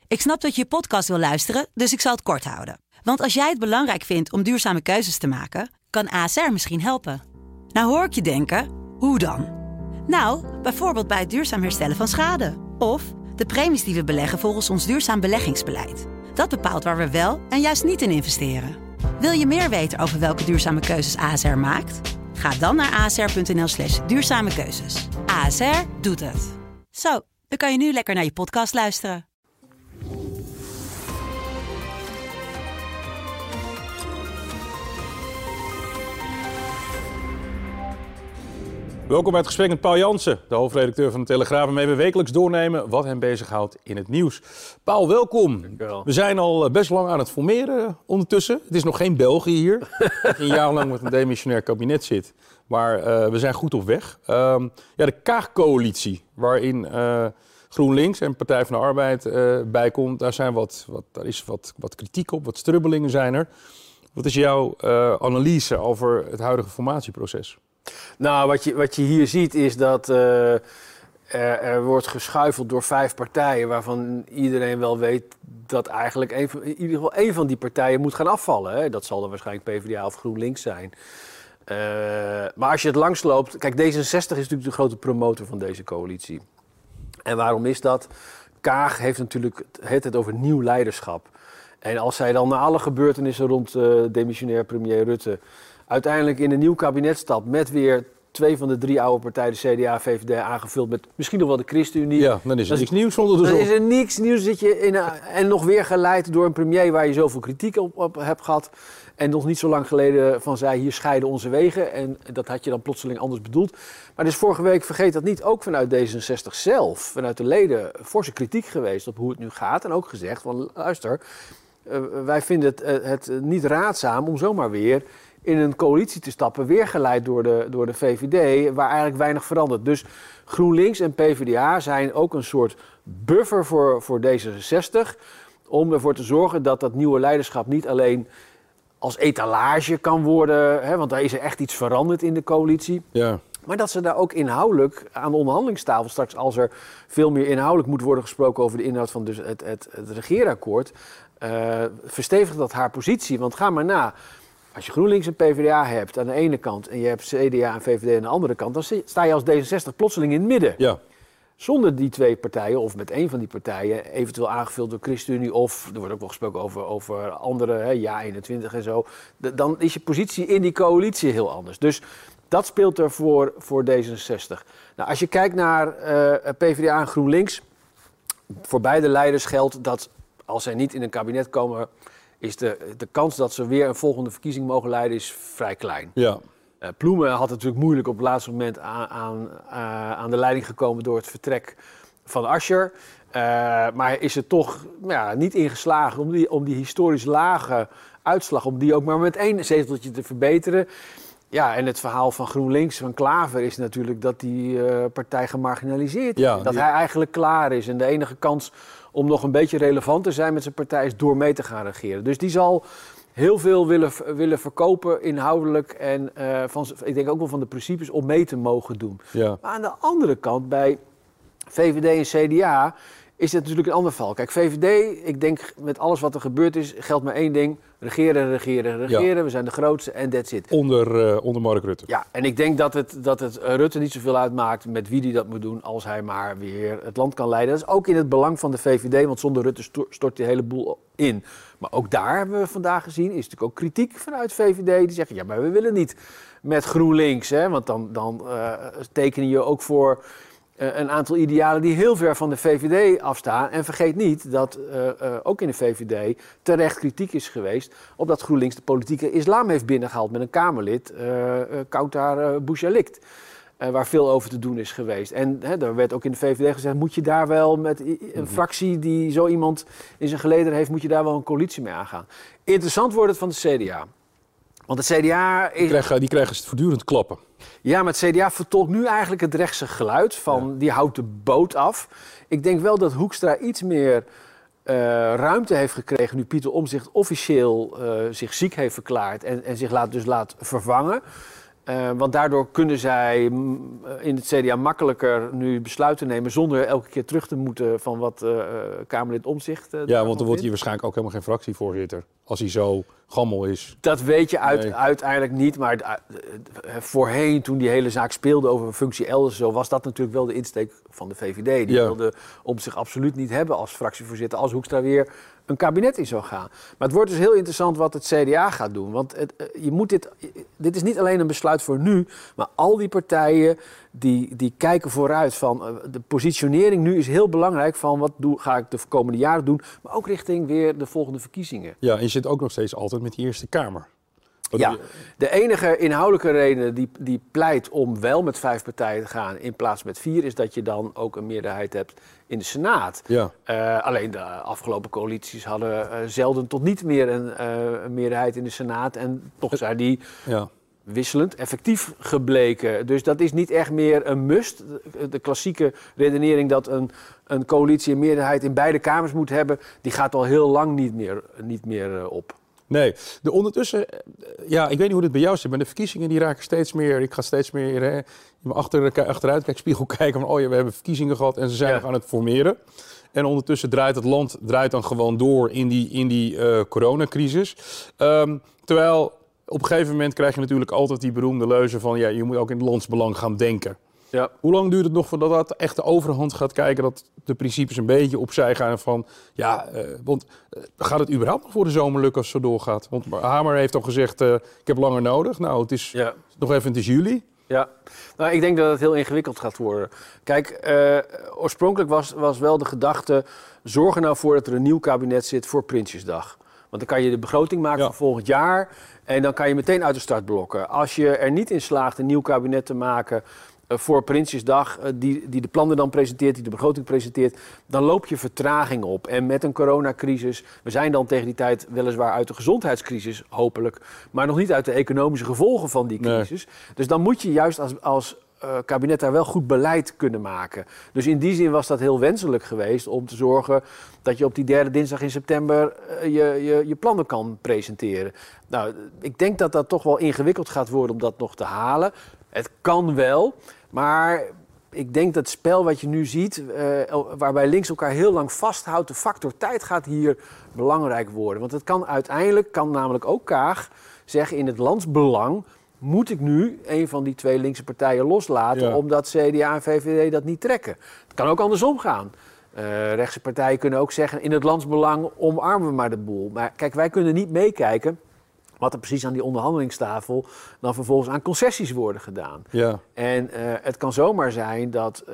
Ik snap dat je podcast wil luisteren, dus ik zal het kort houden. Want als jij het belangrijk vindt om duurzame keuzes te maken, kan ASR misschien helpen. Nou hoor ik je denken, hoe dan? Nou, bijvoorbeeld bij het duurzaam herstellen van schade. Of de premies die we beleggen volgens ons duurzaam beleggingsbeleid. Dat bepaalt waar we wel en juist niet in investeren. Wil je meer weten over welke duurzame keuzes ASR maakt? Ga dan naar asr.nl/duurzame keuzes. ASR doet het. Zo, dan kan je nu lekker naar je podcast luisteren. Welkom bij het gesprek met Paul Jansen, de hoofdredacteur van de Telegraaf, waarmee we wekelijks doornemen wat hem bezighoudt in het nieuws. Paul, welkom. Dankjewel. We zijn al best lang aan het formeren ondertussen. Het is nog geen België hier, dat een jaar lang met een demissionair kabinet zit. Maar we zijn goed op weg. De Kaag-coalitie, waarin GroenLinks en Partij van de Arbeid bij komt, daar is wat kritiek op, wat strubbelingen zijn er. Wat is jouw analyse over het huidige formatieproces? Nou, wat je hier ziet is dat er wordt geschuifeld door 5 partijen... waarvan iedereen wel weet dat eigenlijk in ieder geval één van die partijen moet gaan afvallen. Hè? Dat zal dan waarschijnlijk PvdA of GroenLinks zijn. Maar als je het langsloopt... Kijk, D66 is natuurlijk de grote promotor van deze coalitie. En waarom is dat? Kaag heeft natuurlijk het over nieuw leiderschap. En als zij dan na alle gebeurtenissen rond demissionair premier Rutte uiteindelijk in een nieuw kabinet stapt met weer 2 van de 3 oude partijen, de CDA, VVD, aangevuld met misschien nog wel de ChristenUnie. Ja, dan is er niks nieuws zonder de zon. Dan is er niks nieuws, zit je en nog weer geleid door een premier waar je zoveel kritiek op hebt gehad. En nog niet zo lang geleden van zei, hier scheiden onze wegen. En dat had je dan plotseling anders bedoeld. Maar dus vorige week, vergeet dat niet, ook vanuit D66 zelf, vanuit de leden, forse kritiek geweest op hoe het nu gaat. En ook gezegd van, luister, wij vinden het niet raadzaam om zomaar weer in een coalitie te stappen, weer geleid door de VVD, waar eigenlijk weinig verandert. Dus GroenLinks en PvdA zijn ook een soort buffer voor D66, om ervoor te zorgen dat dat nieuwe leiderschap niet alleen als etalage kan worden, hè, want daar is er echt iets veranderd in de coalitie. Ja. Maar dat ze daar ook inhoudelijk aan de onderhandelingstafel, straks als er veel meer inhoudelijk moet worden gesproken over de inhoud van dus het regeerakkoord, verstevigt dat haar positie. Want ga maar na. Als je GroenLinks en PvdA hebt aan de ene kant en je hebt CDA en VVD aan de andere kant, dan sta je als D66 plotseling in het midden. Ja. Zonder die 2 partijen, of met 1 van die partijen, eventueel aangevuld door ChristenUnie, of er wordt ook wel gesproken over andere, JA21 en zo, dan is je positie in die coalitie heel anders. Dus dat speelt er voor D66. Nou, als je kijkt naar PvdA en GroenLinks, voor beide leiders geldt dat als zij niet in een kabinet komen, is de kans dat ze weer een volgende verkiezing mogen leiden is vrij klein. Ja. Ploemen had het natuurlijk moeilijk op het laatste moment aan de leiding gekomen door het vertrek van Asscher. Maar is er toch niet ingeslagen om die historisch lage uitslag, om die ook maar met 1 zeteltje te verbeteren. Ja, en het verhaal van GroenLinks, van Klaver, is natuurlijk dat die partij gemarginaliseerd is. Ja, dat hij eigenlijk klaar is. En de enige kans om nog een beetje relevant te zijn met zijn partij is door mee te gaan regeren. Dus die zal heel veel willen verkopen inhoudelijk en ik denk ook wel van de principes om mee te mogen doen. Ja. Maar aan de andere kant, bij VVD en CDA is het natuurlijk een ander geval. Kijk, VVD, ik denk met alles wat er gebeurd is, geldt maar 1 ding. Regeren. Ja. We zijn de grootste en that's it. Onder Mark Rutte. Ja, en ik denk dat het Rutte niet zoveel uitmaakt met wie die dat moet doen, als hij maar weer het land kan leiden. Dat is ook in het belang van de VVD, want zonder Rutte stort die hele boel in. Maar ook daar hebben we vandaag gezien, is natuurlijk ook kritiek vanuit VVD. Die zeggen, ja, maar we willen niet met GroenLinks, hè, want dan tekenen je ook voor een aantal idealen die heel ver van de VVD afstaan. En vergeet niet dat ook in de VVD terecht kritiek is geweest op dat GroenLinks de politieke islam heeft binnengehaald met een Kamerlid, Kawtar Bouchalikt. Waar veel over te doen is geweest. En er werd ook in de VVD gezegd, moet je daar wel met een fractie die zo iemand in zijn geleden heeft, moet je daar wel een coalitie mee aangaan. Interessant wordt het van de CDA. Want het CDA die krijgen voortdurend klappen. Ja, maar het CDA vertolkt nu eigenlijk het rechtse geluid van die houdt de boot af. Ik denk wel dat Hoekstra iets meer ruimte heeft gekregen nu Pieter Omtzigt officieel zich ziek heeft verklaard en zich laat vervangen. Want daardoor kunnen zij in het CDA makkelijker nu besluiten nemen zonder elke keer terug te moeten van wat Kamerlid Omtzigt. Ja, want dan wordt hij waarschijnlijk ook helemaal geen fractievoorzitter als hij zo gammel is. Dat weet je uiteindelijk niet, maar voorheen toen die hele zaak speelde over een functie elders, zo was dat natuurlijk wel de insteek van de VVD. Die wilde Omtzigt absoluut niet hebben als fractievoorzitter als Hoekstra weer een kabinet in zou gaan. Maar het wordt dus heel interessant wat het CDA gaat doen. Want dit is niet alleen een besluit voor nu, maar al die partijen die kijken vooruit van de positionering nu is heel belangrijk van wat ga ik de komende jaren doen, maar ook richting weer de volgende verkiezingen. Ja, en je zit ook nog steeds altijd met die Eerste Kamer. Ja, de enige inhoudelijke reden die pleit om wel met 5 partijen te gaan in plaats met 4... is dat je dan ook een meerderheid hebt in de Senaat. Ja. Alleen de afgelopen coalities hadden zelden tot niet meer een meerderheid in de Senaat. En toch zijn die wisselend effectief gebleken. Dus dat is niet echt meer een must. De klassieke redenering dat een coalitie een meerderheid in beide kamers moet hebben, die gaat al heel lang niet meer op. Nee, ondertussen, ik weet niet hoe het bij jou zit, maar de verkiezingen die raken steeds meer. Ik ga steeds meer in mijn achteruitkijkspiegel kijken van, we hebben verkiezingen gehad en ze zijn nog aan het formeren. En ondertussen draait het land dan gewoon door in die coronacrisis. Terwijl op een gegeven moment krijg je natuurlijk altijd die beroemde leuze van, je moet ook in het landsbelang gaan denken. Ja. Hoe lang duurt het nog voordat dat echt de overhand gaat kijken, dat de principes een beetje opzij gaan van, want gaat het überhaupt nog voor de zomer lukken als het zo doorgaat? Want Hamer heeft al gezegd, ik heb langer nodig. Nou, het is nog even, het is juli. Ja, nou, ik denk dat het heel ingewikkeld gaat worden. Kijk, oorspronkelijk was wel de gedachte, zorg er nou voor dat er een nieuw kabinet zit voor Prinsjesdag. Want dan kan je de begroting maken voor volgend jaar en dan kan je meteen uit de startblokken. Als je er niet in slaagt een nieuw kabinet te maken voor Prinsjesdag, die de plannen dan presenteert, die de begroting presenteert, dan loop je vertraging op. En met een coronacrisis, we zijn dan tegen die tijd weliswaar uit de gezondheidscrisis, hopelijk, maar nog niet uit de economische gevolgen van die crisis. Nee. Dus dan moet je juist als kabinet daar wel goed beleid kunnen maken. Dus in die zin was dat heel wenselijk geweest om te zorgen dat je op die 3e dinsdag in september je plannen kan presenteren. Nou, ik denk dat dat toch wel ingewikkeld gaat worden om dat nog te halen. Het kan wel, maar ik denk dat het spel wat je nu ziet, waarbij links elkaar heel lang vasthoudt, de factor tijd gaat hier belangrijk worden. Want het kan uiteindelijk, namelijk ook Kaag zeggen in het landsbelang, moet ik nu een van die 2 linkse partijen loslaten, omdat CDA en VVD dat niet trekken. Het kan ook andersom gaan. Rechtse partijen kunnen ook zeggen, in het landsbelang omarmen we maar de boel. Maar kijk, wij kunnen niet meekijken wat er precies aan die onderhandelingstafel dan vervolgens aan concessies worden gedaan. Ja. En het kan zomaar zijn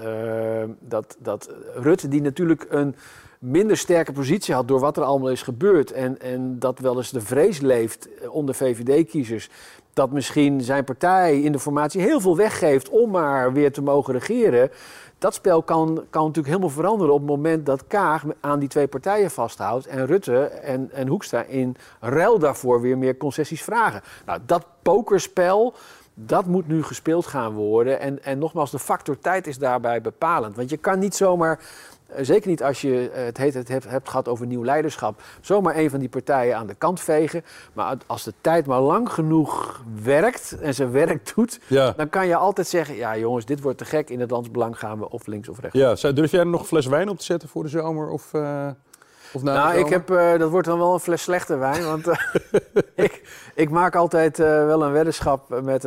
dat Rutte, die natuurlijk een minder sterke positie had door wat er allemaal is gebeurd en dat wel eens de vrees leeft onder VVD-kiezers, dat misschien zijn partij in de formatie heel veel weggeeft om maar weer te mogen regeren. Dat spel kan natuurlijk helemaal veranderen op het moment dat Kaag aan die 2 partijen vasthoudt en Rutte en Hoekstra in ruil daarvoor weer meer concessies vragen. Nou, dat pokerspel, dat moet nu gespeeld gaan worden. En nogmaals, de factor tijd is daarbij bepalend. Want je kan niet zomaar, zeker niet als je het hebt gehad over nieuw leiderschap, zomaar een van die partijen aan de kant vegen. Maar als de tijd maar lang genoeg werkt en zijn werk doet, dan kan je altijd zeggen, ja jongens, dit wordt te gek, in het landsbelang gaan we of links of rechts. Ja, durf jij er nog een fles wijn op te zetten voor de zomer? Of na de zomer? Dat wordt dan wel een fles slechte wijn, want ik maak altijd wel een weddenschap met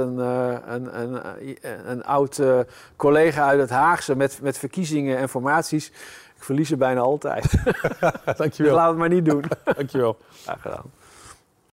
een oud collega uit het Haagse met verkiezingen en formaties. Ik verlies er bijna altijd. Dankjewel. Dus laat het maar niet doen. Dankjewel. Graag gedaan.